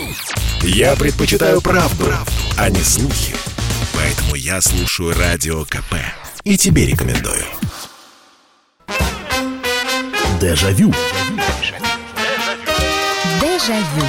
Я предпочитаю правду, а не слухи. Поэтому я слушаю Радио КП. И тебе рекомендую. Дежавю. Дежавю.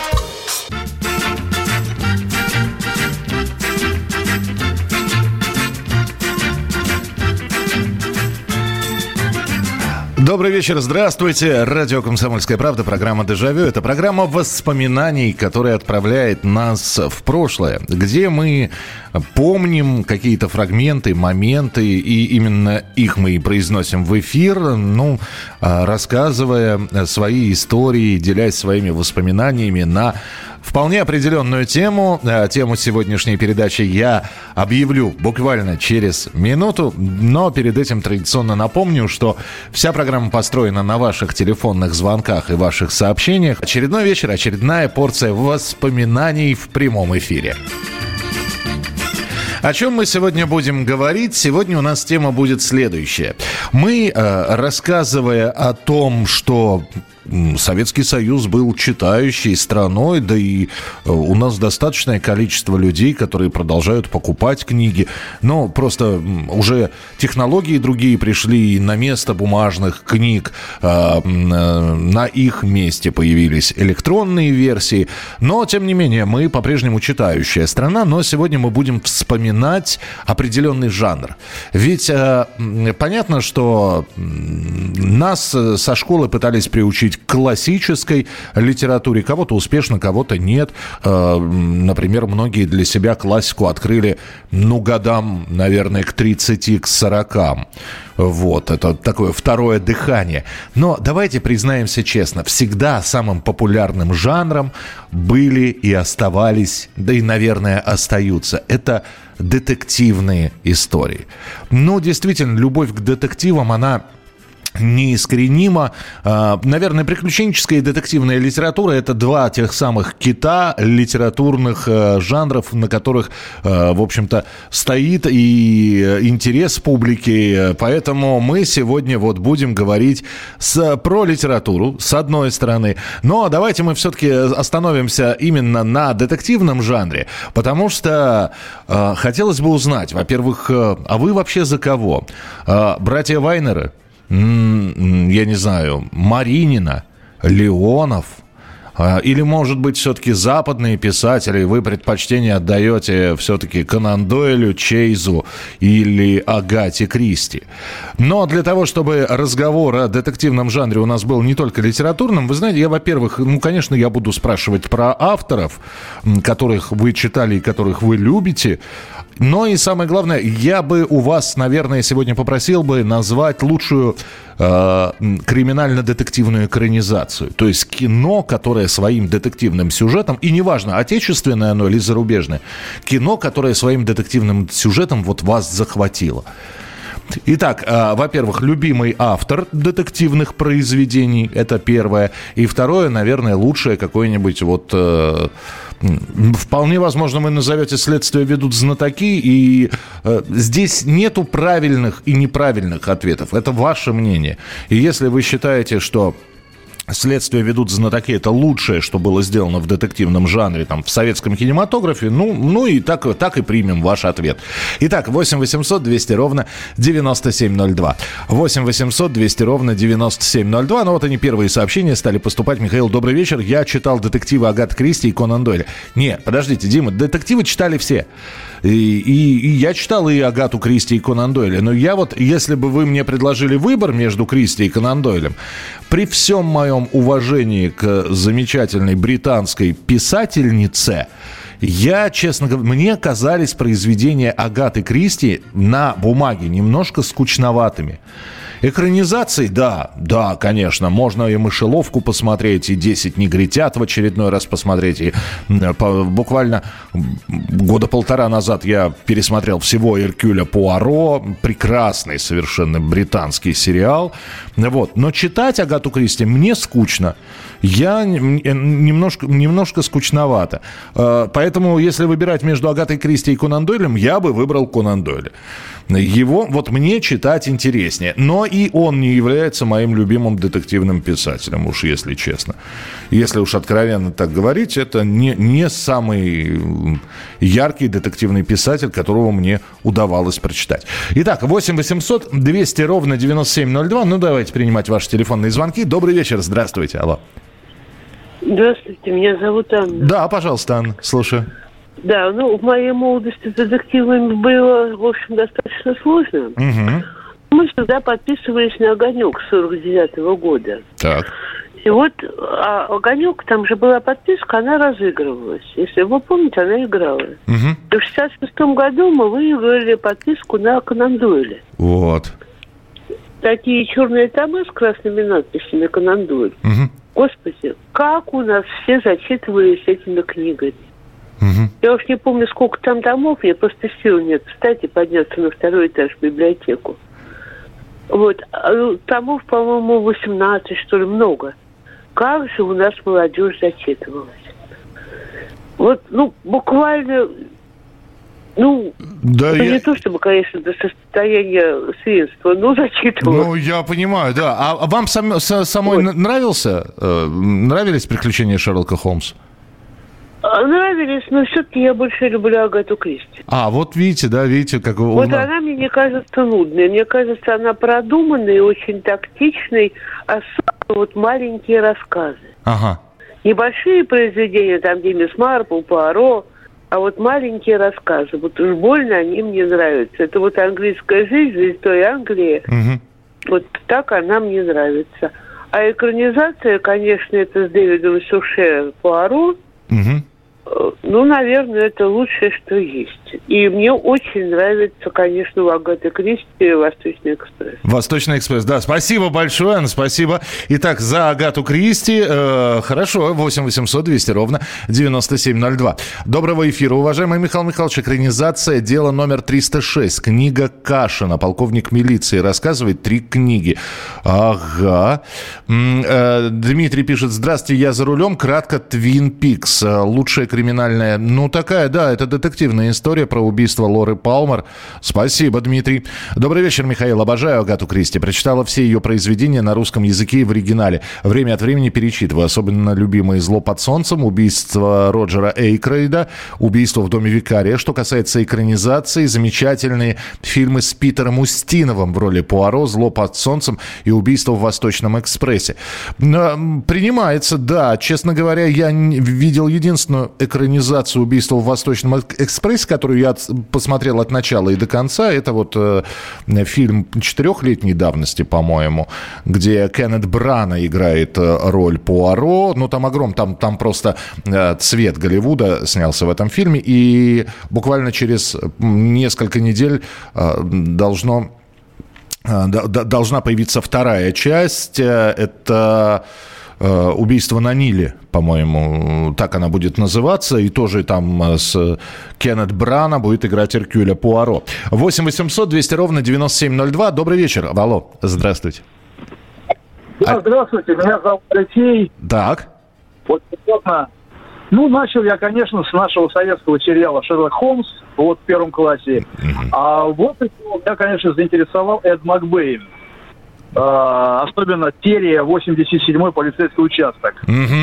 Добрый вечер, здравствуйте. Радио «Комсомольская правда», программа «Дежавю». Это программа воспоминаний, которая отправляет нас в прошлое, где мы помним какие-то фрагменты, моменты, и именно их мы и произносим в эфир, рассказывая свои истории, делясь своими воспоминаниями на вполне определенную тему. Тему сегодняшней передачи я объявлю буквально через минуту, но перед этим традиционно напомню, что вся программа построена на ваших телефонных звонках и ваших сообщениях. Очередной вечер, очередная порция воспоминаний в прямом эфире. О чем мы сегодня будем говорить? Сегодня у нас тема будет следующая. Мы, рассказывая о том, что Советский Союз был читающей страной, да и у нас достаточное количество людей, которые продолжают покупать книги. Но просто уже технологии другие пришли, и на место бумажных книг на их месте появились электронные версии. Но, тем не менее, мы по-прежнему читающая страна, но сегодня мы будем вспоминать определенный жанр. Ведь понятно, что нас со школы пытались приучить к классической литературе. Кого-то успешно, кого-то нет. Например, многие для себя классику открыли, годам, наверное, к 30, к 40. Вот, это такое второе дыхание. Но давайте признаемся честно, всегда самым популярным жанром были и оставались, да и, наверное, остаются. Это детективные истории. Действительно, любовь к детективам, она неискоренима. Наверное, приключенческая и детективная литература – это два тех самых кита литературных жанров, на которых, в общем-то, стоит и интерес публики. Поэтому мы сегодня будем говорить про литературу, с одной стороны. Но давайте мы все-таки остановимся именно на детективном жанре, потому что хотелось бы узнать, во-первых, а вы вообще за кого? Братья Вайнеры? Я не знаю, Маринина, Леонов, или, может быть, все-таки западные писатели, вы предпочтение отдаете все-таки Конан Дойлю, Чейзу или Агате Кристи. Но для того, чтобы разговор о детективном жанре у нас был не только литературным, вы знаете, я, во-первых, конечно, я буду спрашивать про авторов, которых вы читали и которых вы любите. Но и самое главное, я бы у вас, наверное, сегодня попросил бы назвать лучшую криминально-детективную экранизацию. То есть кино, которое своим детективным сюжетом, и неважно, отечественное оно или зарубежное, кино, которое своим детективным сюжетом вас захватило. Итак, во-первых, любимый автор детективных произведений, это первое. И второе, наверное, лучшее какое-нибудь вполне возможно, вы назовете «Следствие ведут знатоки», и здесь нету правильных и неправильных ответов. Это ваше мнение. И если вы считаете, что «Следствие ведут знатоки» — это лучшее, что было сделано в детективном жанре, в советском кинематографе, и так и примем ваш ответ. Итак, 8 800 200 ровно 9702. 8 800 200 ровно 9702. Они первые сообщения стали поступать. Михаил, добрый вечер. Я читал детективы Агаты Кристи и Конан Дойля. Нет, подождите, Дима, детективы читали все. И я читал и Агату Кристи, и Конан Дойля. Но если бы вы мне предложили выбор между Кристи и Конан Дойлем, при всем моем уважении к замечательной британской писательнице, честно говоря, мне казались произведения Агаты Кристи на бумаге немножко скучноватыми. Экранизации, да, конечно, можно и «Мышеловку» посмотреть, и «10 негритят» в очередной раз посмотреть. И буквально года полтора назад я пересмотрел всего «Эркюля Пуаро», прекрасный совершенно британский сериал. Но читать Агату Кристи мне скучно. Немножко скучновато. Поэтому, если выбирать между Агатой Кристи и Конан Дойлем, я бы выбрал Конан Дойля. Его мне читать интереснее. Но и он не является моим любимым детективным писателем, уж если честно. Если уж откровенно так говорить, это не самый яркий детективный писатель, которого мне удавалось прочитать. Итак, 8 800 200 ровно 9702. Ну, давайте принимать ваши телефонные звонки. Добрый вечер, здравствуйте, алло. Здравствуйте, меня зовут Анна. Да, пожалуйста, Анна, слушаю. Да, в моей молодости с детективами было, в общем, достаточно сложно. Угу. Мы всегда подписывались на «Огонек» 49-го года. Так. И вот «Огонек», там же была подписка, она разыгрывалась. Если вы помните, она играла. Угу. И в 66-м году мы выиграли подписку на Конан Дойля. Вот. Такие черные тома с красными надписями «Конан Дойль». Угу. Господи, как у нас все зачитывались этими книгами. Угу. Я уж не помню, сколько там томов, мне просто сил нет встать и подняться на второй этаж в библиотеку. Вот. Томов, по-моему, 18, что ли, много. Как же у нас молодежь зачитывалась. Вот, буквально... да, не то чтобы, конечно, до состояния свинства, но зачитывалась. Я понимаю, да. А вам самой нравились приключения Шерлока Холмса? Нравились, но все-таки я больше люблю Агату Кристи. Вот видите, как... Вот она мне не кажется нудной. Мне кажется, она продуманной, очень тактичной, особенно маленькие рассказы. Ага. Небольшие произведения, там, где Мисс Марпл, Пуаро, а маленькие рассказы. Вот уж больно они мне нравятся. Это английская жизнь той Англии. Угу. Вот так она мне нравится. А экранизация, конечно, это с Дэвидом Суше Пуаро. Угу. Наверное, это лучшее, что есть. И мне очень нравится, конечно, у Агаты Кристи «Восточный экспресс». «Восточный экспресс», да. Спасибо большое, Анна, спасибо. Итак, за Агату Кристи. Хорошо, 8 800 200 ровно 9702. Доброго эфира, уважаемый Михаил Михайлович. Экранизация «Дело номер 306». Книга Кашина. Полковник милиции рассказывает 3 книги. Ага. Дмитрий пишет: здравствуйте, я за рулем. Кратко, «Твин Пикс». Лучшая криминальная... такая, да, это детективная история про убийство Лоры Палмер. Спасибо, Дмитрий. Добрый вечер, Михаил. Обожаю Агату Кристи. Прочитала все ее произведения на русском языке и в оригинале. Время от времени перечитываю. Особенно любимые «Зло под солнцем», «Убийство Роджера Эйкройда», «Убийство в доме викария». Что касается экранизации, замечательные фильмы с Питером Устиновым в роли Пуаро, «Зло под солнцем» и «Убийство в Восточном экспрессе». Принимается, да. Честно говоря, я видел единственную экранизацию «Убийства в Восточном экспрессе», которую я посмотрел от начала и до конца. Это фильм 4-летней давности, по-моему, где Кеннет Брана играет роль Пуаро. Там просто цвет Голливуда снялся в этом фильме. И буквально через несколько недель должна появиться вторая часть. Это «Убийство на Ниле», по-моему, так она будет называться. И тоже там с Кеннет Брана будет играть Эркюля Пуаро. 8 800 200 ровно 9702. Добрый вечер. Алло, здравствуйте. Здравствуйте, меня зовут Алексей. Так. Начал я, конечно, с нашего советского сериала «Шерлок Холмс» в первом классе. А меня, конечно, заинтересовал Эд Макбейн. Особенно серия 87-й полицейский участок.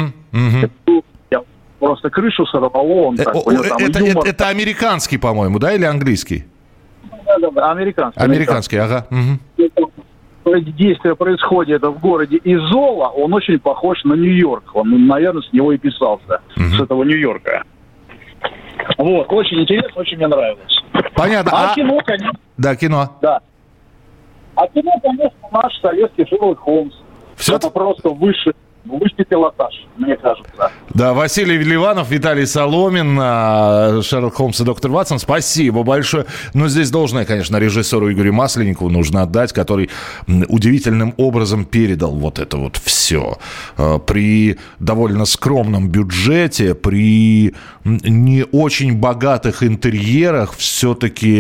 Я просто крышу сорвало. Это американский, по-моему, да, или английский? Да, американский. Американский, ага. Угу. Действие происходит в городе Изола. Он очень похож на Нью-Йорк. Он, наверное, с него и писался, с этого Нью-Йорка. Очень интересно, очень мне нравилось. Понятно. А кино, конечно. Да, кино. Да. А кино, конечно, наш советский Шерлок Холмс. Это просто высший пилотаж, мне кажется. Да, Василий Ливанов, Виталий Соломин, Шерлок Холмс и доктор Ватсон. Спасибо большое. Но здесь должное, конечно, режиссеру Игорю Масленникову нужно отдать, который удивительным образом передал это все. При довольно скромном бюджете, при не очень богатых интерьерах все-таки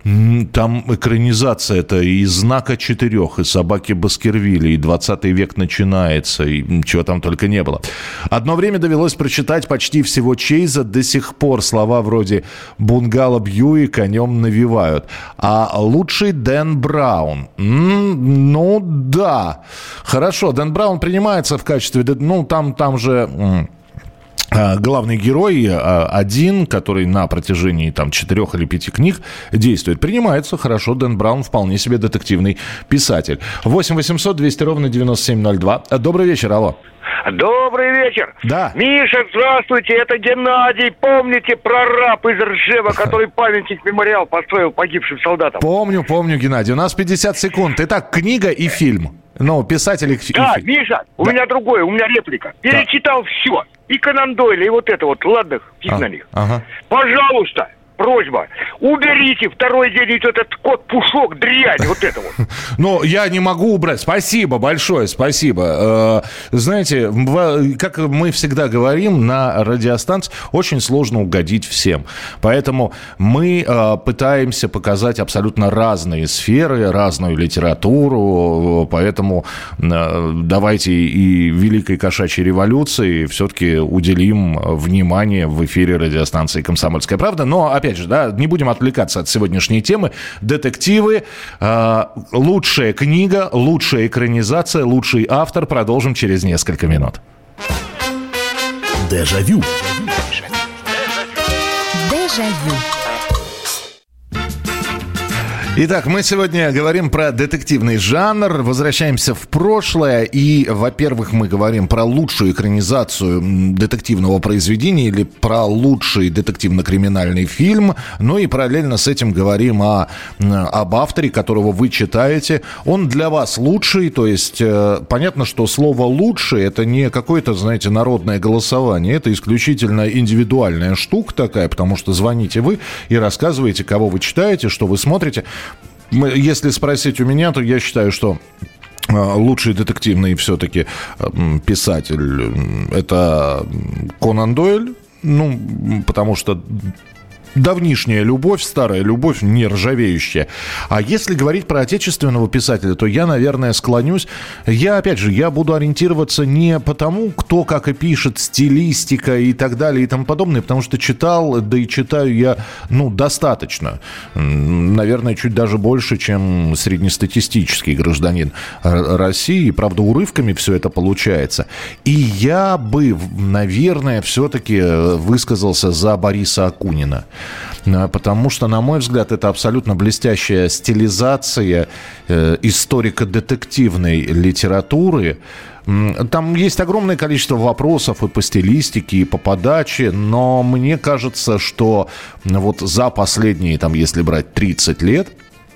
Там экранизация это и «Знака четырех», и «Собаки Баскервилля», и 20 век начинается, и чего там только не было. Одно время довелось прочитать почти всего Чейза. До сих пор слова вроде «Бунгало Бьюи конем навевают». А лучший Дэн Браун. Ну да. Хорошо, Дэн Браун принимается в качестве... Ну, там же... Главный герой один, который на протяжении 4 или 5 книг действует. Принимается, хорошо, Дэн Браун вполне себе детективный писатель. 8 800 200 ровно 9702. Добрый вечер, алло. Добрый вечер. Да. Миша, здравствуйте, это Геннадий. Помните прораб из Ржева, который памятник мемориал построил погибшим солдатам? Помню, Геннадий. У нас 50 секунд. Итак, книга и фильм. Ну, писатель и фильм. Да, Миша, у меня другое, у меня реплика. Перечитал все. И Конан Дойля, и вот это вот, ладно, фиг на них. Ага. Пожалуйста, просьба, уберите второй день этот кот-пушок, дрянь, вот это вот. Ну, я не могу убрать. Спасибо большое, спасибо. Знаете, как мы всегда говорим на радиостанции, очень сложно угодить всем. Поэтому мы пытаемся показать абсолютно разные сферы, разную литературу. Поэтому давайте и Великой кошачьей революции все-таки уделим внимание в эфире радиостанции «Комсомольская правда». Но, опять же, да, не будем отвлекаться от сегодняшней темы. Детективы, лучшая книга, лучшая экранизация, лучший автор. Продолжим через несколько минут. Дежавю. Дежавю. Итак, мы сегодня говорим про детективный жанр, возвращаемся в прошлое, и, во-первых, мы говорим про лучшую экранизацию детективного произведения или про лучший детективно-криминальный фильм, ну и параллельно с этим говорим об авторе, которого вы читаете. Он для вас лучший, то есть понятно, что слово «лучший» — это не какое-то, знаете, народное голосование, это исключительно индивидуальная штука такая, потому что звоните вы и рассказываете, кого вы читаете, что вы смотрите. Если спросить у меня, то я считаю, что лучший детективный все-таки писатель – это Конан Дойль, ну, потому что давнишняя любовь, старая любовь, не ржавеющая. А если говорить про отечественного писателя, то я, наверное, склонюсь... Я буду ориентироваться не потому, кто как и пишет, стилистика и так далее и тому подобное, потому что читал, да и читаю я, достаточно. Наверное, чуть даже больше, чем среднестатистический гражданин России. Правда, урывками все это получается. И я бы, наверное, все-таки высказался за Бориса Акунина. Потому что, на мой взгляд, это абсолютно блестящая стилизация историко-детективной литературы. Там есть огромное количество вопросов и по стилистике, и по подаче, но мне кажется, что вот за последние, если брать 30 лет,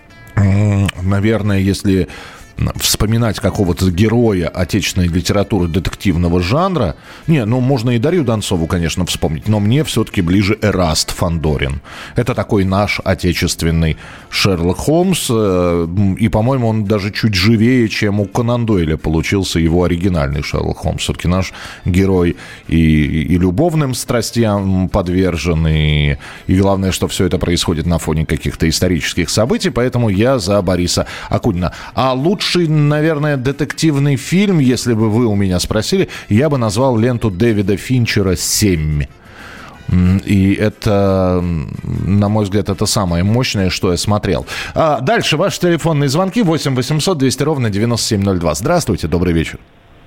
наверное, если вспоминать какого-то героя отечественной литературы детективного жанра. Можно и Дарью Донцову, конечно, вспомнить, но мне все-таки ближе Эраст Фандорин. Это такой наш отечественный Шерлок Холмс, и, по-моему, он даже чуть живее, чем у Конан Дойля получился его оригинальный Шерлок Холмс. Все-таки наш герой и любовным страстям подвержен, и главное, что все это происходит на фоне каких-то исторических событий, поэтому я за Бориса Акунина. А лучший, наверное, детективный фильм, если бы вы у меня спросили, я бы назвал ленту Дэвида Финчера «7». И это, на мой взгляд, это самое мощное, что я смотрел. Дальше ваши телефонные звонки 8 800 200 ровно 9702. Здравствуйте, добрый вечер.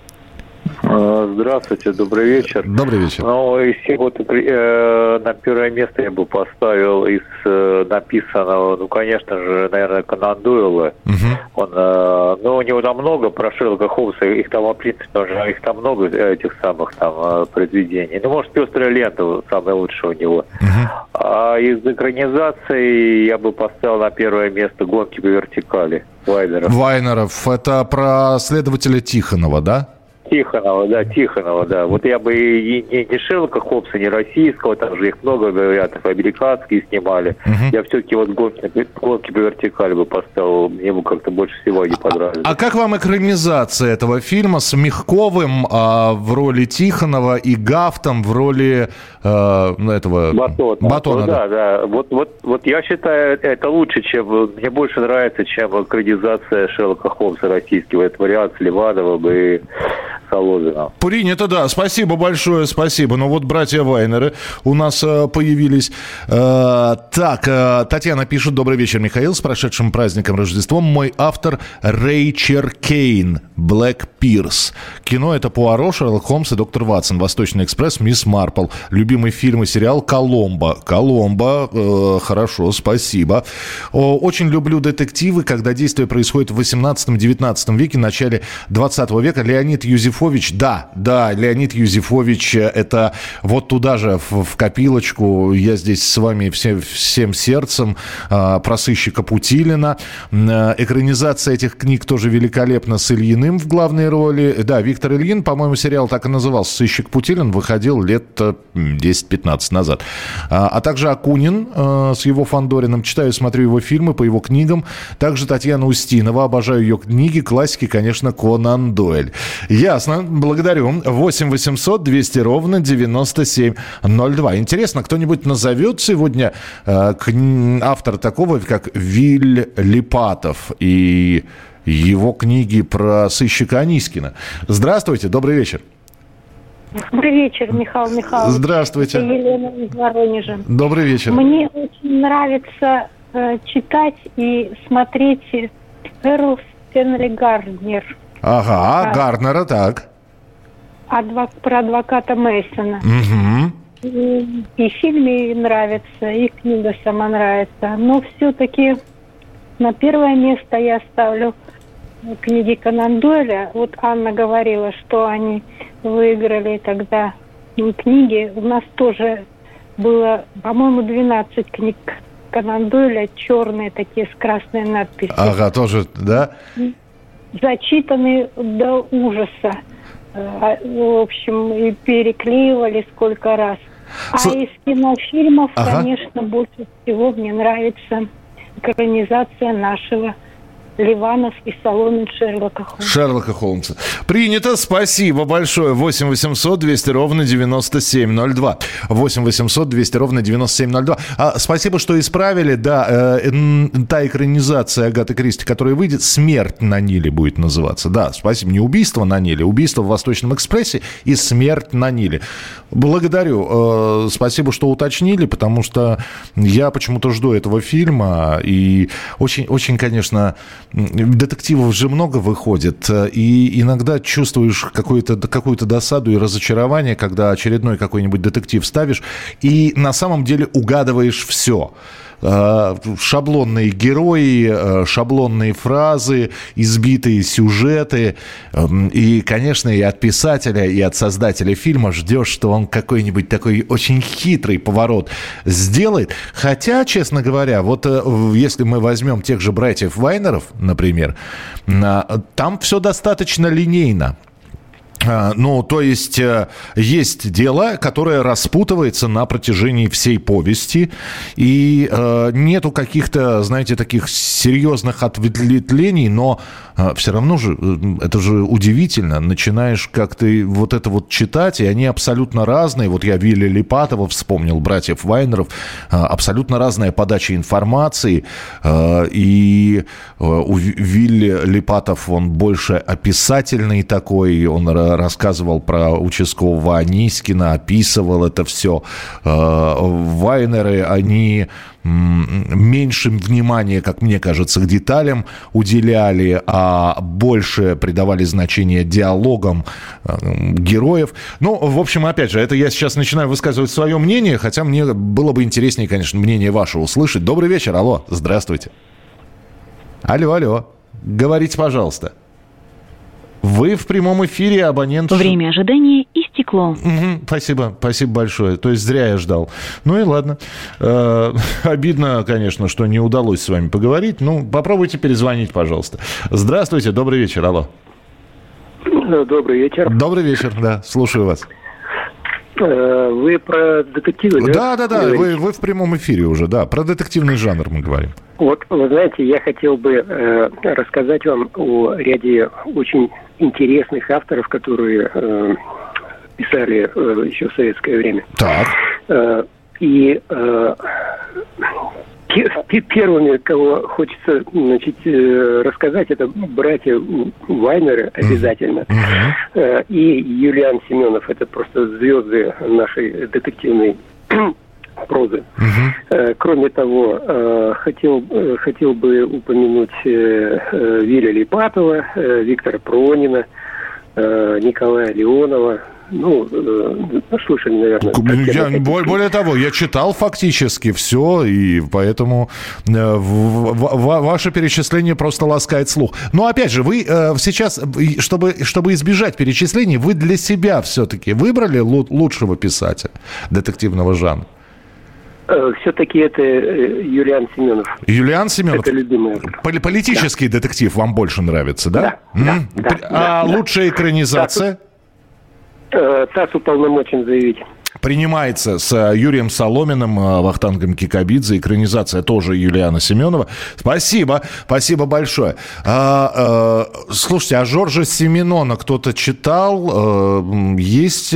Здравствуйте, добрый вечер. Добрый вечер. Из всего на первое место я бы поставил из написанного, конечно же, наверное, Конан Дойла. Он, у него там много про Шерлока Холмса, их там, в принципе, их там много, этих самых там произведений. Может, «Пестрая лента» самое лучшее у него. А из экранизации я бы поставил на первое место «Гонки по вертикали» Вайнеров. Это про следователя Тихонова, да? Тихонова, да. Вот я бы и не Шерлока Холмса, не российского, там же их много вариантов, американские снимали. Я все-таки вот гонки по вертикали бы поставил, мне бы как-то больше всего не понравилось. А как вам экранизация этого фильма с Мягковым в роли Тихонова и Гафтом в роли этого... Батона, да. Вот я считаю, это лучше, чем... Мне больше нравится, чем экранизация Шерлока Холмса российского. Это вариант с Ливановым и Соловьиным. Принято, да. Спасибо большое, спасибо. Ну вот братья Вайнеры у нас появились. Так, Татьяна пишет: добрый вечер, Михаил, с прошедшим праздником Рождеством. Мой автор Рэйчер Кейн, Блэк Пирс. Кино — это Пуаро, Шерлок Холмс и доктор Ватсон, Восточный экспресс, Мисс Марпл. Любимый фильм и сериал Коломбо. Хорошо, спасибо. Очень люблю детективы, когда действие происходит в 18-19 веке, начале 20 века. Леонид Юзефович, да, Леонид Юзефович, это вот туда же, в копилочку. Я здесь с вами всем сердцем. Про сыщика Путилина. Экранизация этих книг тоже великолепна, с Ильиным в главной роли. Да, Виктор Ильин, по-моему, сериал так и назывался «Сыщик Путилин», выходил лет 10-15 назад. А также Акунин с его Фандориным. Читаю и смотрю его фильмы по его книгам. Также Татьяна Устинова. Обожаю ее книги. Классики, конечно, Конан Дойль. Ясно. Благодарю. 8 800 200 ровно 9702. Интересно, кто-нибудь назовет сегодня автора такого, как Виль Липатов и его книги про сыщика Анискина? Здравствуйте, добрый вечер. Добрый вечер, Михаил Михайлович. Здравствуйте. Это Елена из Воронежа. Добрый вечер. Мне очень нравится читать и смотреть Эрл Стэнли Гарднер. Ага, Гарднера, так. Про адвоката Мейсона. Угу. И фильм ей нравится, и книга сама нравится. Но все-таки на первое место я ставлю книги Конан Дойля. Вот Анна говорила, что они выиграли тогда книги. У нас тоже было, по-моему, 12 книг Конан Дойля, черные такие с красной надписью. Ага, тоже, да? Зачитаны до ужаса. В общем, и переклеивали сколько раз. Из кинофильмов, конечно, больше всего мне нравится экранизация нашего Ливанов и Соломин Шерлока Холмса. Принято. Спасибо большое. 8 800 200 ровно 9702. 8 800 200 ровно 9702. Спасибо, что исправили. Да, та экранизация Агаты Кристи, которая выйдет, «Смерть на Ниле» будет называться. Да, спасибо. Не «Убийство на Ниле», «Убийство в Восточном экспрессе» и «Смерть на Ниле». Благодарю. Спасибо, что уточнили, потому что я почему-то жду этого фильма. И очень, очень, конечно... Детективов же много выходит, и иногда чувствуешь какую-то досаду и разочарование, когда очередной какой-нибудь детектив ставишь, и на самом деле угадываешь все. Шаблонные герои, шаблонные фразы, избитые сюжеты. И, конечно, и от писателя, и от создателя фильма ждешь, что он какой-нибудь такой очень хитрый поворот сделает. Хотя, честно говоря, вот если мы возьмем тех же братьев Вайнеров, например, там все достаточно линейно. Ну, то есть, есть дело, которое распутывается на протяжении всей повести, и нету каких-то, знаете, таких серьезных ответвлений, но все равно же, это же удивительно, начинаешь как-то вот это вот читать, и они абсолютно разные. Вот я Вилли Липатова вспомнил, братьев Вайнеров, абсолютно разная подача информации, и у Вилли Липатов, он больше описательный такой, он рассказывал про участкового Анискина, описывал это все. Вайнеры, они меньше внимания, как мне кажется, к деталям уделяли, а больше придавали значение диалогам героев. Ну, в общем, опять же, это я сейчас начинаю высказывать свое мнение, хотя мне было бы интереснее, конечно, мнение ваше услышать. Добрый вечер, алло, здравствуйте. Алло, говорите, пожалуйста. Вы в прямом эфире, абонент... Время ожидания истекло. Спасибо большое. То есть зря я ждал. Ну и ладно. Обидно, конечно, что не удалось с вами поговорить. Ну, попробуйте перезвонить, пожалуйста. Здравствуйте, добрый вечер, алло. Добрый вечер. Добрый вечер, да, слушаю вас. Вы про детективы, да? Да, вы в прямом эфире уже, да, про детективный жанр мы говорим. Вот, вы знаете, я хотел бы рассказать вам о ряде очень интересных авторов, которые писали еще в советское время. Так. И первыми, кого хочется, значит, рассказать, это братья Вайнеры обязательно. И Юлиан Семенов. Это просто звезды нашей детективной прозы. Кроме того, хотел бы упомянуть Виля Липатова, Виктора Пронина, Николая Леонова. Ну, слышали, наверное. Более того, я читал фактически все, и поэтому ваше перечисление просто ласкает слух. Но опять же, вы сейчас, чтобы избежать перечислений, вы для себя все-таки выбрали лучшего писателя детективного жанра? Все-таки это Юлиан Семенов. Юлиан Семенов? Это любимый. Политический детектив вам больше нравится, да? Да. Лучшая экранизация? ТАСС уполномочен заявить. Принимается с Юрием Соломиным, Вахтангом Кикабидзе. Экранизация тоже Юлиана Семенова. Спасибо большое. Слушайте, а Жоржа Сименона кто-то читал? Есть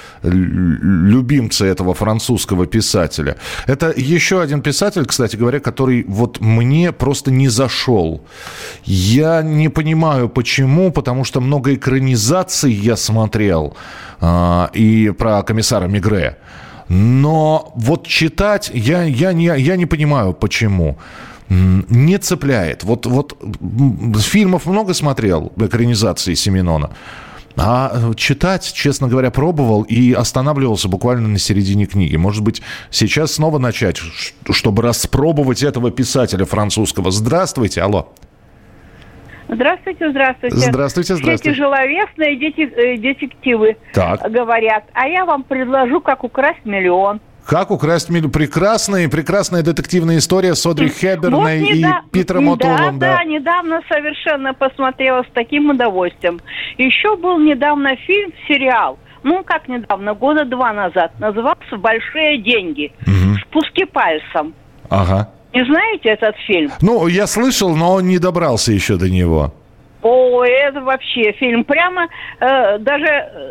любимцы этого французского писателя? Это еще один писатель, кстати говоря, который вот мне просто не зашел. Я не понимаю, почему, потому что много экранизаций я смотрел, и про комиссара Мегре. Но вот читать я не понимаю, почему. Не цепляет. Вот фильмов много смотрел, экранизации Сименона. А читать, честно говоря, пробовал и останавливался буквально на середине книги. Может быть, сейчас снова начать, чтобы распробовать этого писателя французского. Здравствуйте, алло. Здравствуйте. Здравствуйте. Все тяжеловесные детективы говорят. А я вам предложу, как украсть миллион. Как украсть миллион? Прекрасная детективная история с Одри Хепберн и Питером О'Тулом. Да, недавно совершенно посмотрела с таким удовольствием. Еще был недавно фильм, сериал. Ну, как недавно, года 2 назад. Назывался «Большие деньги». «Спуски пальцем». Ага. Не знаете этот фильм? Ну, я слышал, но не добрался еще до него. О, это вообще фильм прямо даже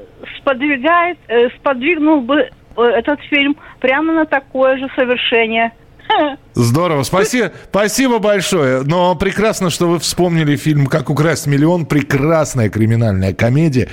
сподвигнул бы этот фильм прямо на такое же совершение. Здорово, спасибо большое. Но прекрасно, что вы вспомнили фильм «Как украсть миллион». Прекрасная криминальная комедия.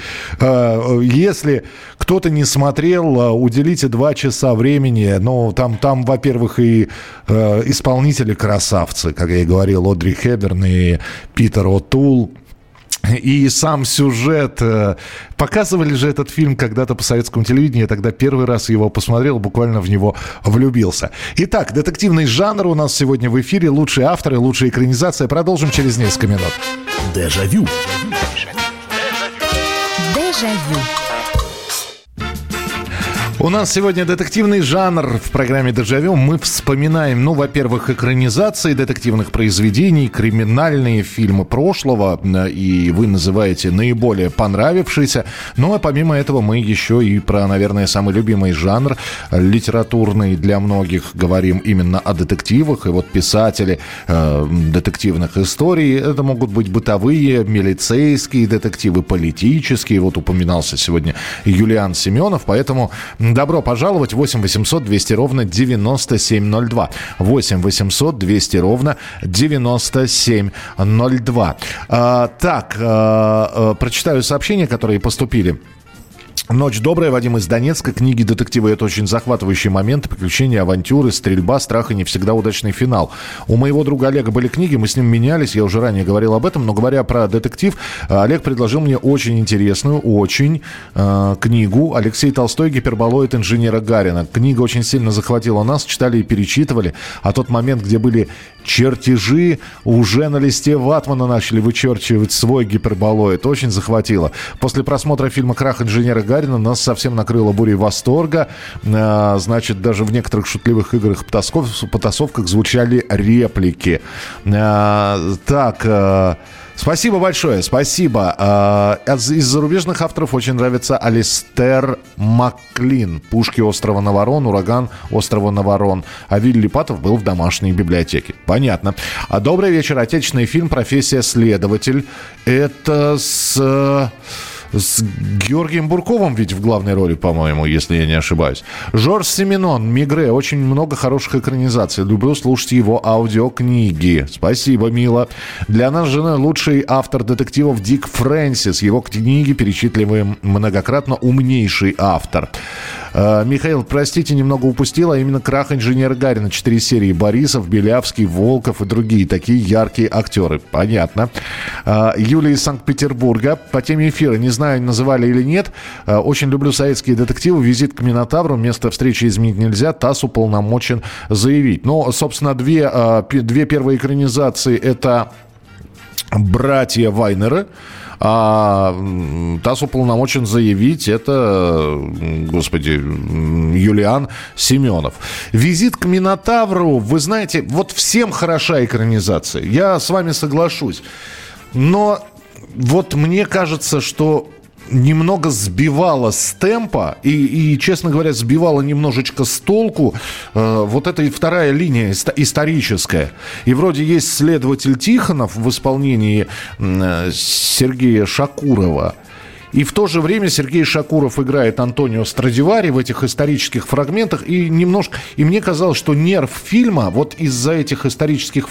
Если кто-то не смотрел, уделите 2 часа времени. Ну, там, во-первых, и исполнители красавцы, как я и говорил, Одри Хепберн и Питер О'Тул. И сам сюжет. Показывали же этот фильм когда-то по советскому телевидению. Я тогда первый раз его посмотрел, буквально в него влюбился. Итак, детективный жанр у нас сегодня в эфире. Лучшие авторы, лучшая экранизация. Продолжим через несколько минут. Дежавю. Дежавю. У нас сегодня детективный жанр в программе «Дежавю». Мы вспоминаем, во-первых, экранизации детективных произведений, криминальные фильмы прошлого, и вы называете наиболее понравившиеся. Ну, а помимо этого мы еще и про, наверное, самый любимый жанр литературный для многих говорим именно о детективах. И вот писатели детективных историй, это могут быть бытовые, милицейские детективы, политические. Вот упоминался сегодня Юлиан Семенов, поэтому... Добро пожаловать. 8 800 200 ровно 9702. 8 800 200 ровно 9702. Прочитаю сообщения, которые поступили. Ночь добрая, Вадим из Донецка. Книги, детективы — это очень захватывающие моменты, приключения, авантюры, стрельба, страх и не всегда удачный финал. У моего друга Олега были книги, мы с ним менялись, я уже ранее говорил об этом, но говоря про детектив, Олег предложил мне очень интересную, книгу Алексей Толстой «Гиперболоид инженера Гарина». Книга очень сильно захватила нас, читали и перечитывали, а тот момент, где были чертежи, уже на листе ватмана начали вычерчивать свой гиперболоид, очень захватило. После просмотра фильма «Крах инженера Гарина» нас совсем накрыло бурей восторга. Значит, даже в некоторых шутливых играх потасовках звучали реплики. Спасибо большое, спасибо. Из зарубежных авторов очень нравится Алистер Маклин. «Пушки острова Наварон», «Ураган острова Наварон». А Вилли Патов был в домашней библиотеке. Понятно. Добрый вечер. Отечественный фильм «Профессия следователь». Это с Георгием Бурковым ведь в главной роли, по-моему, если я не ошибаюсь. Жорж Сименон, «Мигре». Очень много хороших экранизаций. Люблю слушать его аудиокниги. Спасибо, мило. Для нас с женой лучший автор детективов Дик Фрэнсис. Его книги перечитываем многократно. Умнейший автор. Михаил, простите, немного упустил, а именно «Крах инженера Гарина». 4 серии. Борисов, Белявский, Волков и другие такие яркие актеры. Понятно. Юлия из Санкт-Петербурга. По теме эфира, не знаю, называли или нет. Очень люблю советские детективы. «Визит к Минотавру». Место встречи изменить нельзя. ТАСС уполномочен заявить. Но, собственно, две первые экранизации – это «Братья Вайнеры». А ТАСС уполномочен заявить, это, господи, Юлиан Семенов. «Визит к Минотавру», вы знаете, вот всем хороша экранизация. Я с вами соглашусь. Но вот мне кажется, что немного сбивала с темпа и, честно говоря, сбивала немножечко с толку вот эта вторая линия историческая. И вроде есть следователь Тихонов в исполнении Сергея Шакурова. И в то же время Сергей Шакуров играет Антонио Страдивари в этих исторических фрагментах. И мне казалось, что нерв фильма вот из-за этих исторических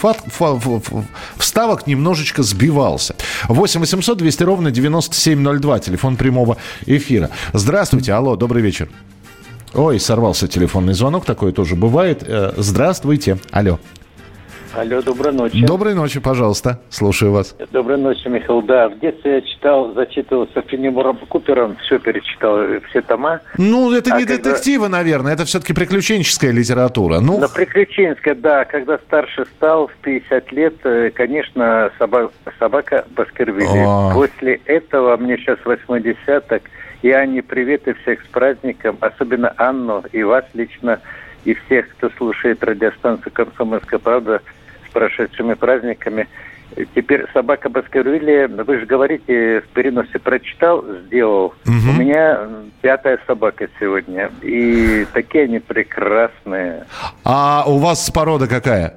вставок немножечко сбивался. 8 800 200 ровно 9702. Телефон прямого эфира. Здравствуйте. Алло, добрый вечер. Ой, сорвался телефонный звонок. Такое тоже бывает. Здравствуйте. Алло. Алло, доброй ночи. Доброй ночи, пожалуйста. Слушаю вас. Доброй ночи, Михаил. Да, в детстве я зачитывался Фенемором Купером, все перечитал, все тома. Ну, это не детективы, наверное, это все-таки приключенческая литература. Ну, приключенческая, да. Когда старше стал, в 50 лет, конечно, собака Баскервилей. После этого, мне сейчас 80-ок, и Анне привет, и всех с праздником, особенно Анну, и вас лично, и всех, кто слушает радиостанцию «Комсомольская правда», с прошедшими праздниками. Теперь «Собака Баскервилей», вы же говорите, в переносе прочитал, сделал. У меня 5-я собака сегодня. И такие они прекрасные. А у вас порода какая?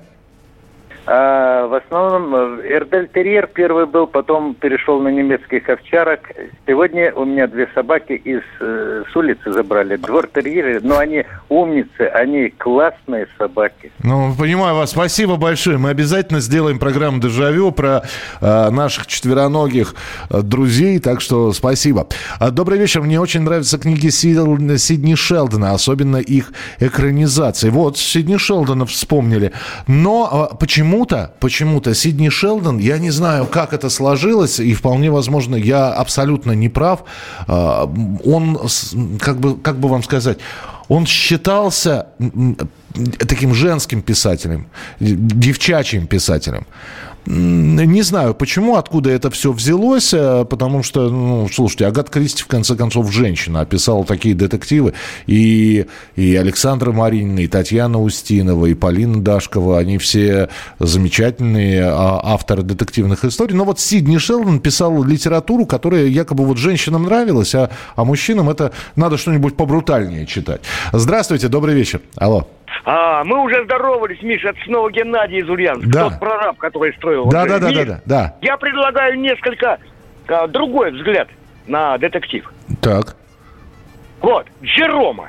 В основном Эрдельтерьер первый был, потом перешел на немецких овчарок. Сегодня у меня 2 собаки с улицы забрали. Двор-терьеры, но они умницы, они классные собаки. Ну, понимаю вас. Спасибо большое. Мы обязательно сделаем программу «Дежавю» про наших четвероногих друзей, так что спасибо. Добрый вечер. Мне очень нравятся книги Сидни Шелдона, особенно их экранизации. Вот, Сидни Шелдона вспомнили. Но почему-то Сидни Шелдон, я не знаю, как это сложилось, и вполне возможно, я абсолютно не прав. Он, как бы вам сказать, он считался таким женским писателем, девчачьим писателем. Не знаю, почему, откуда это все взялось, потому что, слушайте, Агата Кристи, в конце концов, женщина, описала такие детективы, и Александра Маринина, и Татьяна Устинова, и Полина Дашкова, они все замечательные авторы детективных историй, но вот Сидни Шелдон писал литературу, которая якобы вот женщинам нравилась, а мужчинам это надо что-нибудь побрутальнее читать. Здравствуйте, добрый вечер. Алло. Мы уже здоровались, Миша, это снова Геннадий из Ульяновска, да. Тот прораб, который строил. Да. Я предлагаю несколько другой взгляд на детектив. Так. Вот, Джерома.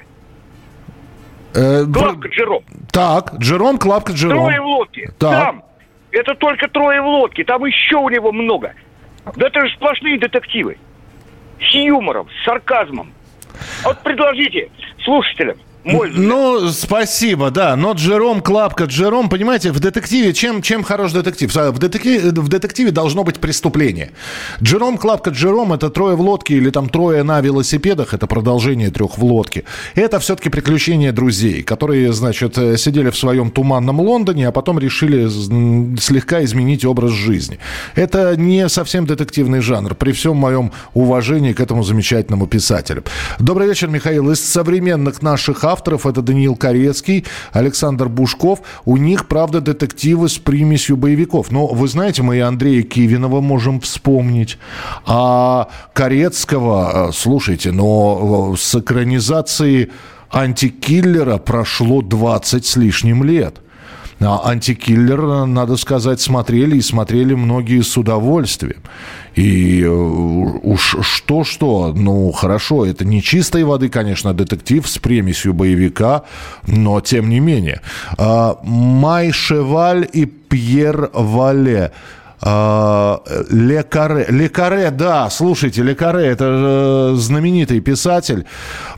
Клапка Джером. Так, Джером, Клапка Джером. 3 в лодке. Так. Там, это только 3 в лодке, там еще у него много. Да это же сплошные детективы. С юмором, с сарказмом. Вот предложите слушателям. Ну, спасибо, да. Но Джером, Клапка Джером, понимаете, в детективе, чем хорош детектив? В детективе должно быть преступление. Джером, Клапка Джером — это 3 в лодке или там 3 на велосипедах, это продолжение 3 в лодке. Это все-таки приключения друзей, которые, значит, сидели в своем туманном Лондоне, а потом решили слегка изменить образ жизни. Это не совсем детективный жанр, при всем моем уважении к этому замечательному писателю. Добрый вечер, Михаил. Из современных наших авторов авторов. Это Даниил Корецкий, Александр Бушков. У них, правда, детективы с примесью боевиков. Но вы знаете, мы и Андрея Кивинова можем вспомнить. А Корецкого, слушайте, но с экранизацией «Антикиллера» прошло 20 с лишним лет. А «Антикиллер», надо сказать, смотрели многие с удовольствием. И уж что-что, ну, хорошо, это не чистой воды, конечно, детектив с примесью боевика, но тем не менее. Май Шеваль и Пьер Вале. Ле Карре, да, слушайте, Ле Карре, это знаменитый писатель.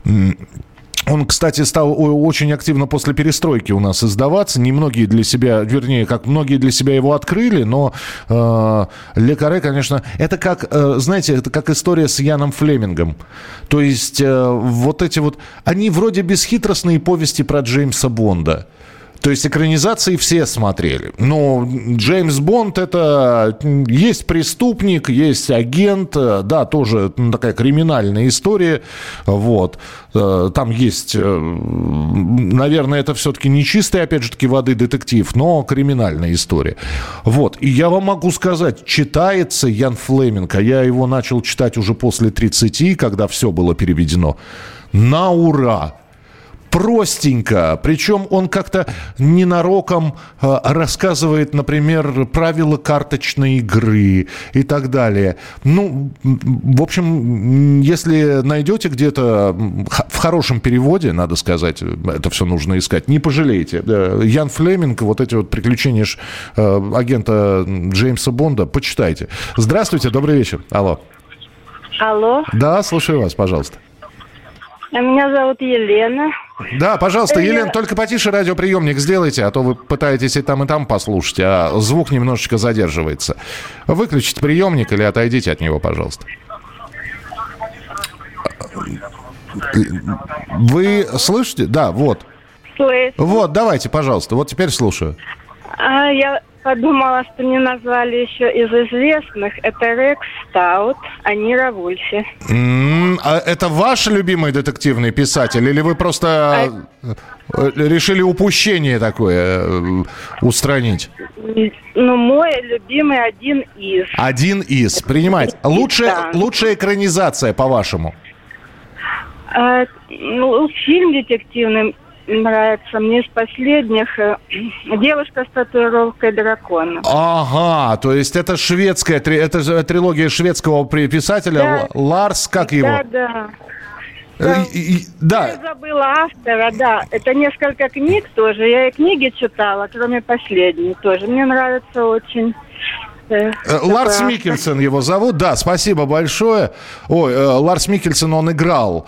Он, кстати, стал очень активно после перестройки у нас издаваться. Немногие для себя, вернее, как многие для себя его открыли, но Ле Карре, конечно, это как, знаете, это как история с Яном Флемингом. То есть вот эти вот, они вроде бесхитростные повести про Джеймса Бонда. То есть экранизации все смотрели. Но Джеймс Бонд — это есть преступник, есть агент, да, тоже такая криминальная история. Вот. Там есть, наверное, это все-таки не чистый, опять же таки, воды детектив, но криминальная история. Вот. И я вам могу сказать, читается Ян Флеминг, а я его начал читать уже после 30, когда все было переведено, на ура. Простенько, причем он как-то ненароком рассказывает, например, правила карточной игры и так далее. Ну, в общем, если найдете где-то в хорошем переводе, надо сказать, это все нужно искать, не пожалеете. Ян Флеминг, вот эти вот приключения агента Джеймса Бонда, почитайте. Здравствуйте, добрый вечер. Алло. Алло. Да, слушаю вас, пожалуйста. Меня зовут Елена. Да, пожалуйста, Елена, только потише радиоприемник сделайте, а то вы пытаетесь и там послушать, а звук немножечко задерживается. Выключите приемник или отойдите от него, пожалуйста. Вы слышите? Да, вот. Слышу. Вот, давайте, пожалуйста. Вот теперь слушаю. Я подумала, что не назвали еще из известных. Это Рекс Стаут, Анира Вульфи. А это ваш любимый детективный писатель? Или вы просто решили упущение такое устранить? Ну, мой любимый один из. Один из. Принимать. Лучшая экранизация, по-вашему? Фильм детективный нравится мне из последних «Девушка с татуировкой дракона». Ага, то есть это шведская, это трилогия шведского писателя, да. Ларс, как его? Да. Да. Я забыла автора, да. Это несколько книг тоже. Я и книги читала, кроме последней тоже. Мне нравится очень. Ларс Миккельсен его зовут. Да, спасибо большое. Ой, Ларс Миккельсен, он играл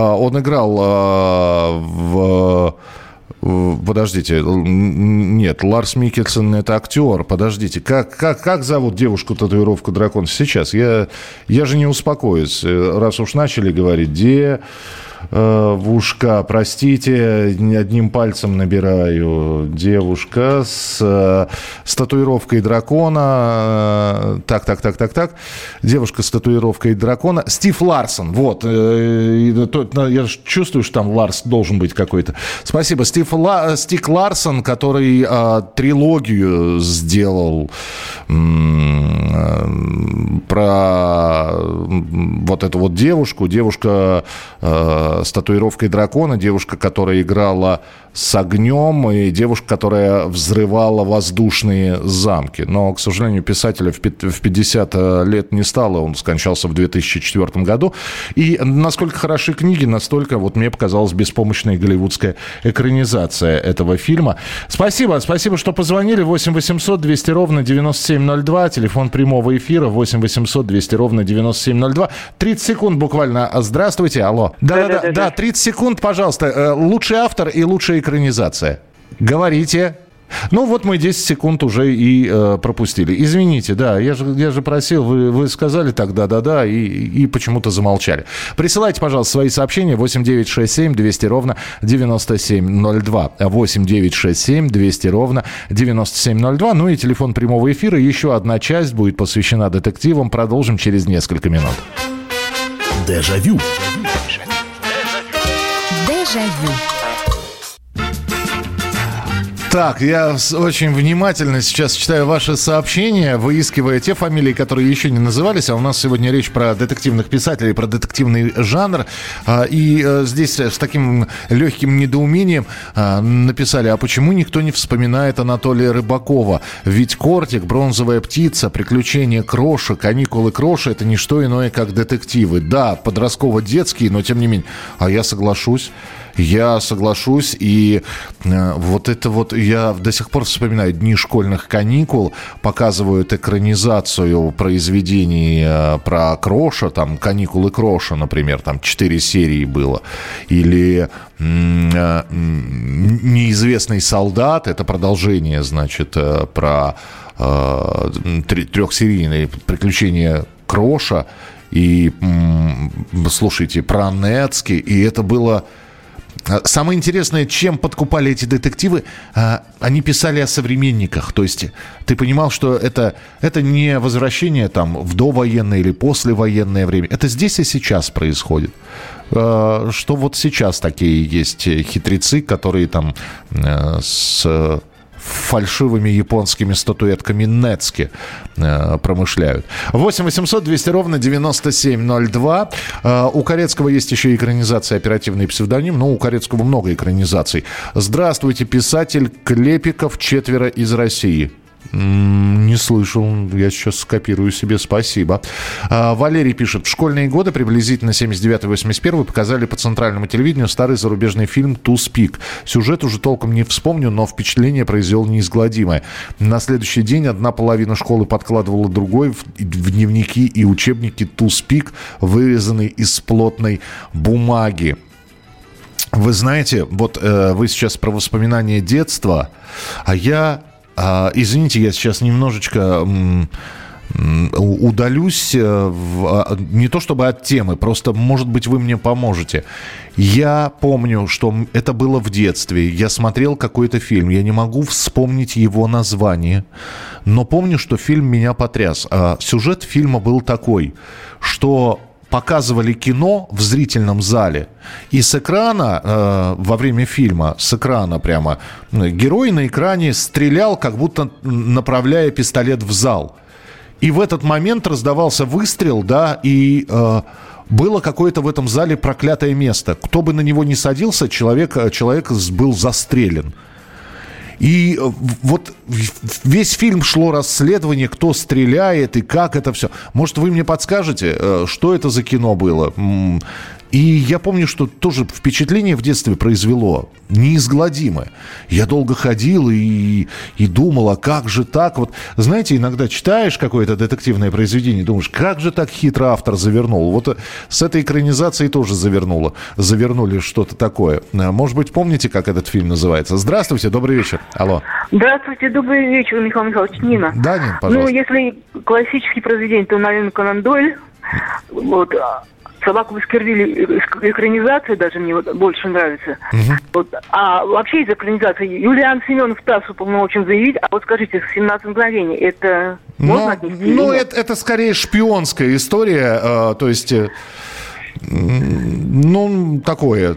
в... Подождите, нет, Ларс Миккельсен — это актер. Подождите, как зовут девушку татуировку дракона? Сейчас, я же не успокоюсь, раз уж начали говорить. Девушка, простите, одним пальцем набираю. Девушка с татуировкой дракона. Так. Девушка с татуировкой дракона. Стив Ларсон. Вот. Я чувствую, что там Ларс должен быть какой-то. Спасибо. Стив Ларсон, который трилогию сделал про вот эту вот девушку. Девушка с татуировкой дракона, девушка, которая играла с огнем, и девушка, которая взрывала воздушные замки. Но, к сожалению, писателя в 50 лет не стало, он скончался в 2004 году. И насколько хороши книги, настолько, вот мне показалась беспомощная голливудская экранизация этого фильма. Спасибо, что позвонили. 8 800 200 ровно 9702, телефон прямого эфира 8 800 200 ровно 9702. 30 секунд буквально. Здравствуйте, алло. Да, 30 секунд, пожалуйста. Лучший автор и лучшая экранизация. Говорите. Ну, вот мы 10 секунд уже и пропустили. Извините, да, я же просил, вы сказали так, да, и почему-то замолчали. Присылайте, пожалуйста, свои сообщения 8 967 200 ровно 9702. 8 967 200 ровно 9702. Ну и телефон прямого эфира. Еще одна часть будет посвящена детективам. Продолжим через несколько минут. Дежавю. Дежавю. Так, я очень внимательно сейчас читаю ваши сообщения, выискивая те фамилии, которые еще не назывались. А у нас сегодня речь про детективных писателей, про детективный жанр. И здесь с таким легким недоумением написали, а почему никто не вспоминает Анатолия Рыбакова? Ведь «Кортик», «Бронзовая птица», «Приключения Кроши», «Каникулы Кроши» — это не что иное, как детективы. Да, подростково-детские, но тем не менее. А я соглашусь. И вот это вот, я до сих пор вспоминаю «Дни школьных каникул», показывают экранизацию произведений про Кроша, там «Каникулы Кроша», например, там 4 серии было, или «Неизвестный солдат», это продолжение, значит, про трехсерийные приключения Кроша, и, слушайте, про Нецки, и это было... Самое интересное, чем подкупали эти детективы, они писали о современниках. То есть ты понимал, что это не возвращение там в довоенное или послевоенное время. Это здесь и сейчас происходит. Что вот сейчас такие есть хитрецы, которые там с фальшивыми японскими статуэтками Нецки промышляют. 8 800 200 ровно 9702. У Корецкого есть еще экранизация «Оперативный псевдоним». Ну, у Корецкого много экранизаций. Здравствуйте, писатель Клепиков, «Четверо из России». Не слышал, я сейчас скопирую себе, спасибо. Валерий пишет, в школьные годы, приблизительно 79-81, показали по центральному телевидению старый зарубежный фильм «Туз Пик». Сюжет уже толком не вспомню, но впечатление произвел неизгладимое. На следующий день одна половина школы подкладывала другой в дневники и учебники «Туз Пик», вырезанный из плотной бумаги. Вы знаете, вот вы сейчас про воспоминания детства, а я... Извините, я сейчас немножечко удалюсь, не то чтобы от темы, просто, может быть, вы мне поможете. Я помню, что это было в детстве. Я смотрел какой-то фильм. Я не могу вспомнить его название, но помню, что фильм меня потряс. Сюжет фильма был такой, что... показывали кино в зрительном зале, и с экрана, во время фильма, с экрана прямо, герой на экране стрелял, как будто направляя пистолет в зал. И в этот момент раздавался выстрел, да, и было какое-то в этом зале проклятое место. Кто бы на него ни садился, человек был застрелен. И вот весь фильм шло расследование, кто стреляет и как это все. Может, вы мне подскажете, что это за кино было? И я помню, что тоже впечатление в детстве произвело неизгладимое. Я долго ходил и думал, а как же так? Вот, знаете, иногда читаешь какое-то детективное произведение, думаешь, как же так хитро автор завернул. Вот с этой экранизацией тоже завернули что-то такое. Может быть, помните, как этот фильм называется? Здравствуйте, добрый вечер. Алло. Здравствуйте, добрый вечер, Михаил Михайлович. Нина. Да, Нина, пожалуйста. Ну, если классические произведения, то, наверное, Конан Дойль. Вот. «Собаку Баскервилей» экранизация даже мне больше нравится. Вот. А вообще из экранизации Юлиан Семенов Стасу полномочен заявить. А вот скажите, «17 мгновений» это можно отнести? Ну, это скорее шпионская история. То есть, ну, такое.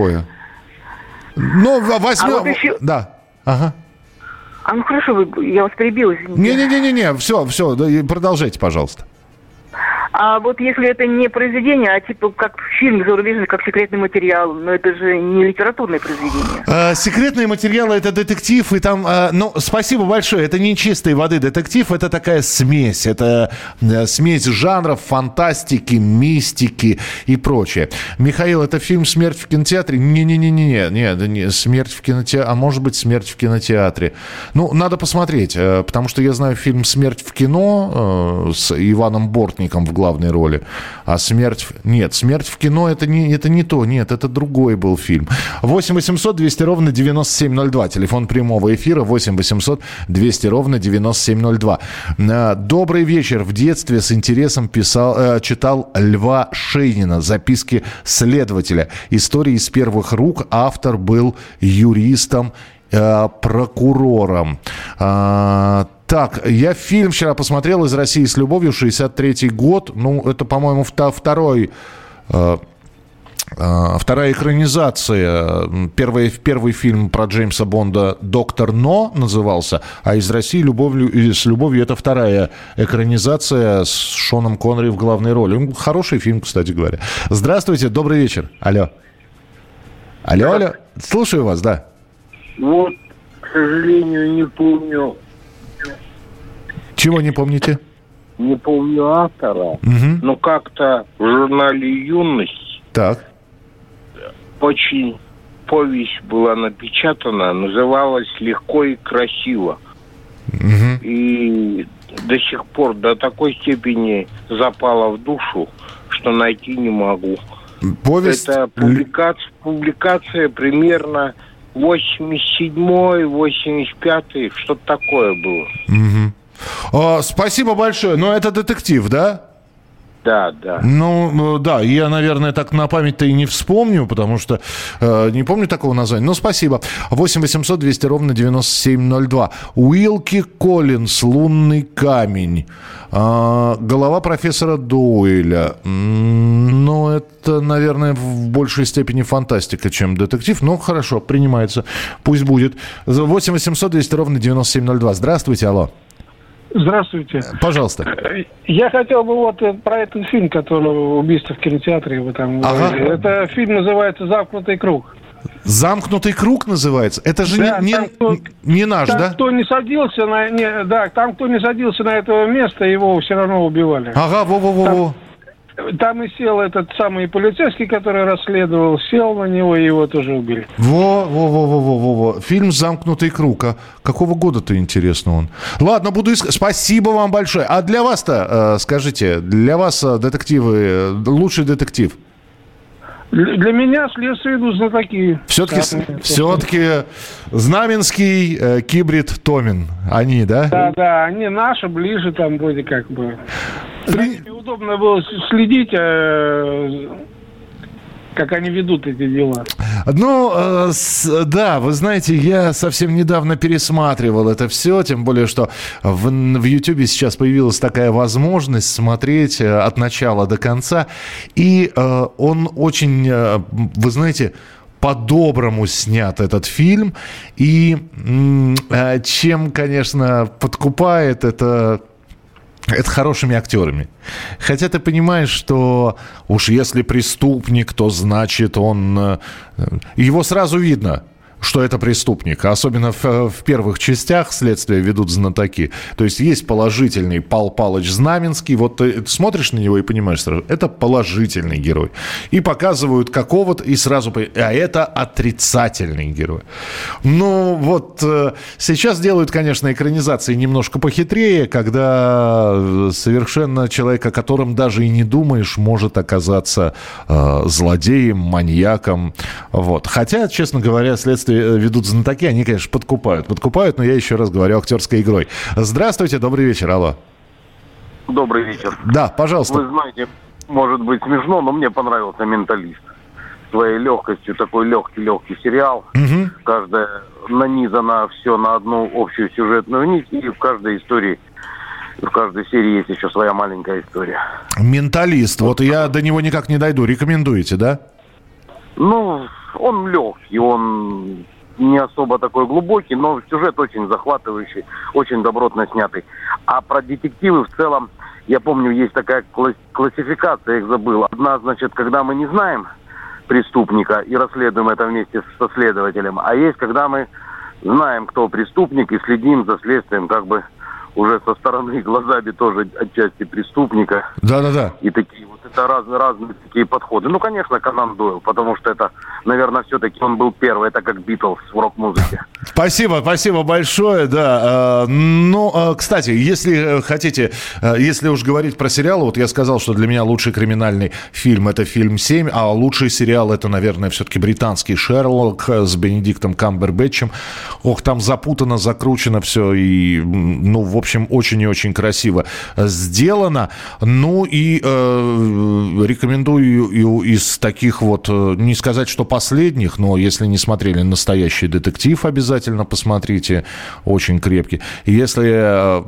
Ну, возьмем... А вот еще... Да, ага. Ну хорошо, я вас перебила, извините. Не-не-не, все, продолжайте, пожалуйста. А вот если это не произведение, а типа как фильм зарубежный, как «Секретный материал», но это же не литературное произведение. «Секретные материалы» — это детектив, и там... Ну, спасибо большое, это не чистой воды детектив, это такая смесь. Это смесь жанров, фантастики, мистики и прочее. Михаил, это фильм «Смерть в кинотеатре»? Не, «Смерть в кинотеатре», а может быть, «Смерть в кинотеатре». Ну, надо посмотреть, потому что я знаю фильм «Смерть в кино» с Иваном Бортником в главной роли. А «Смерть в кино» это не то. Нет, это другой был фильм. 8 800 200 ровно 9702. Телефон прямого эфира 8 800 200 ровно 9702. Добрый вечер. В детстве с интересом читал Льва Шейнина «Записки следователя». Истории из первых рук. Автор был юристом, прокурором. Так, я фильм вчера посмотрел «Из России с любовью», 63-й год. Ну, это, по-моему, второй Вторая экранизация. Первый фильм про Джеймса Бонда «Доктор Но» назывался, а из России «С любовью» это вторая экранизация с Шоном Коннери в главной роли. Хороший фильм, кстати говоря. Здравствуйте, добрый вечер. Алло. Алло. Слушаю вас, да. Вот, к сожалению, не помню. Чего не помните? Не помню автора, но как-то в журнале «Юность» так. Очень повесть была напечатана, называлась «Легко и красиво». И до сих пор до такой степени запала в душу, что найти не могу. Повесть... Это публикация примерно 87-й, 85-й, что-то такое было. Спасибо большое. Но это детектив, да? Да, да. Ну, да, я, наверное, так на память-то и не вспомню, потому что не помню такого названия. Но спасибо. 8 800 200 ровно 9702. Уилки Коллинс «Лунный камень». Голова профессора Дойля. Ну, это, наверное, в большей степени фантастика, чем детектив. Но хорошо, принимается. Пусть будет. 8 800 200 ровно 9702. Здравствуйте, алло. Здравствуйте. Пожалуйста. Я хотел бы вот про этот фильм, который «Убийство в кинотеатре». Вы там говорили. Это фильм называется «Замкнутый круг». «Замкнутый круг» называется? Это же да, не наш, там, да? Кто не садился там, кто не садился на это место, его все равно убивали. Ага, во-во-во-во. Там и сел этот самый полицейский, который расследовал, сел на него, и его тоже убили. Во-во-во-во-во. Фильм «Замкнутый круг». А какого года-то, интересно, он? Ладно, буду искать. Спасибо вам большое. А для вас-то, скажите, для вас детективы, лучший детектив? Для меня «Следствие идут знатоки». Все-таки Знаменский, Кибрид, Томин. Они, да? Да, они наши, ближе там вроде как бы. Неудобно было следить, как они ведут эти дела. Ну, да, вы знаете, я совсем недавно пересматривал это все, тем более, что в Ютьюбе сейчас появилась такая возможность смотреть от начала до конца, и он очень, вы знаете, по-доброму снят этот фильм, и чем, конечно, подкупает это хорошими актерами. Хотя ты понимаешь, что уж если преступник, то значит он... Его сразу видно, что это преступник. Особенно в первых частях следствия ведут знатоки. То есть есть положительный Пал Палыч Знаменский. Вот ты смотришь на него и понимаешь сразу, это положительный герой. И показывают какого-то, и сразу... А это отрицательный герой. Ну, вот сейчас делают, конечно, экранизации немножко похитрее, когда совершенно человек, о котором даже и не думаешь, может оказаться злодеем, маньяком. Вот. Хотя, честно говоря, следствие ведут знатоки, они, конечно, подкупают, но я еще раз говорю, актерской игрой. Здравствуйте, добрый вечер, алло. Добрый вечер. Да, пожалуйста. Вы знаете, может быть смешно, но мне понравился «Менталист». Своей легкостью, такой легкий сериал. Угу. Каждая нанизано все на одну общую сюжетную нить, и в каждой истории, в каждой серии есть еще своя маленькая история. «Менталист», вот я до него никак не дойду, рекомендуете, да? Ну, он легкий, он не особо такой глубокий, но сюжет очень захватывающий, очень добротно снятый. А про детективы в целом, я помню, есть такая классификация, я их забыл. Одна, значит, когда мы не знаем преступника и расследуем это вместе со следователем, а есть, когда мы знаем, кто преступник, и следим за следствием, как бы уже со стороны глазами тоже отчасти преступника. Да-да-да. И такие вот это разные такие подходы. Ну, конечно, Конан Дойл, потому что это, наверное, все-таки он был первый. Это как Битлз в рок-музыке. Спасибо большое, да. Ну, кстати, если хотите, если уж говорить про сериалы, вот я сказал, что для меня лучший криминальный фильм — это фильм «7», а лучший сериал — это, наверное, все-таки британский «Шерлок» с Бенедиктом Камбербэтчем. Ох, там запутано, закручено все, и, ну, в общем, общем, очень и очень красиво сделано. Ну и рекомендую из таких вот, не сказать, что последних, но если не смотрели «Настоящий детектив», обязательно посмотрите. Очень крепкий. Если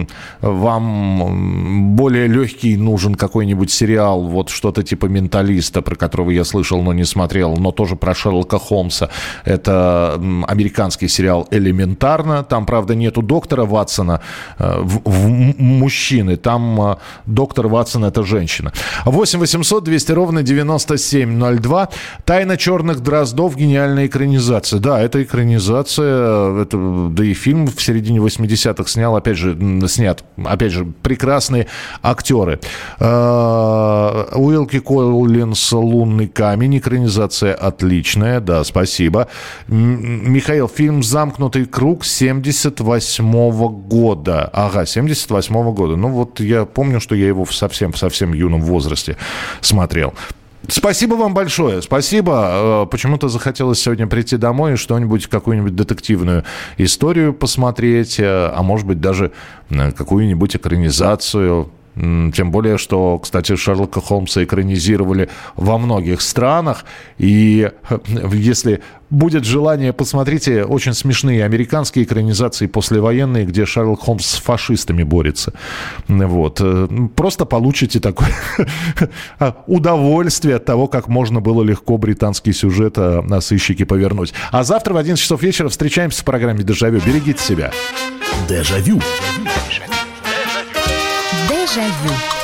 вам более легкий нужен какой-нибудь сериал, вот что-то типа «Менталиста», про которого я слышал, но не смотрел, но тоже про Шерлока Холмса, это американский сериал «Элементарно». Там, правда, нету доктора Ватсона мужчины, там доктор Ватсон — это женщина. 8 800 200 ровно 9702. «Тайна черных дроздов», гениальная экранизация. Да, это экранизация, да и фильм в середине 80-х снят, опять же, прекрасные актеры. Уилки Коллинс «Лунный камень», экранизация отличная, да, спасибо. Михаил, фильм «Замкнутый круг» 78-го года. Ага, 78-го года. Ну вот я помню, что я его в совсем юном возрасте смотрел. Спасибо вам большое, спасибо. Почему-то захотелось сегодня прийти домой и что-нибудь, какую-нибудь детективную историю посмотреть, а может быть даже какую-нибудь экранизацию. Тем более, что, кстати, Шерлока Холмса экранизировали во многих странах. И если будет желание, посмотрите очень смешные американские экранизации послевоенные, где Шерлок Холмс с фашистами борется. Вот. Просто получите такое удовольствие от того, как можно было легко британский сюжет на сыщике повернуть. А завтра в 11 часов вечера встречаемся в программе «Дежавю». Берегите себя. Дежавю. Дежавю.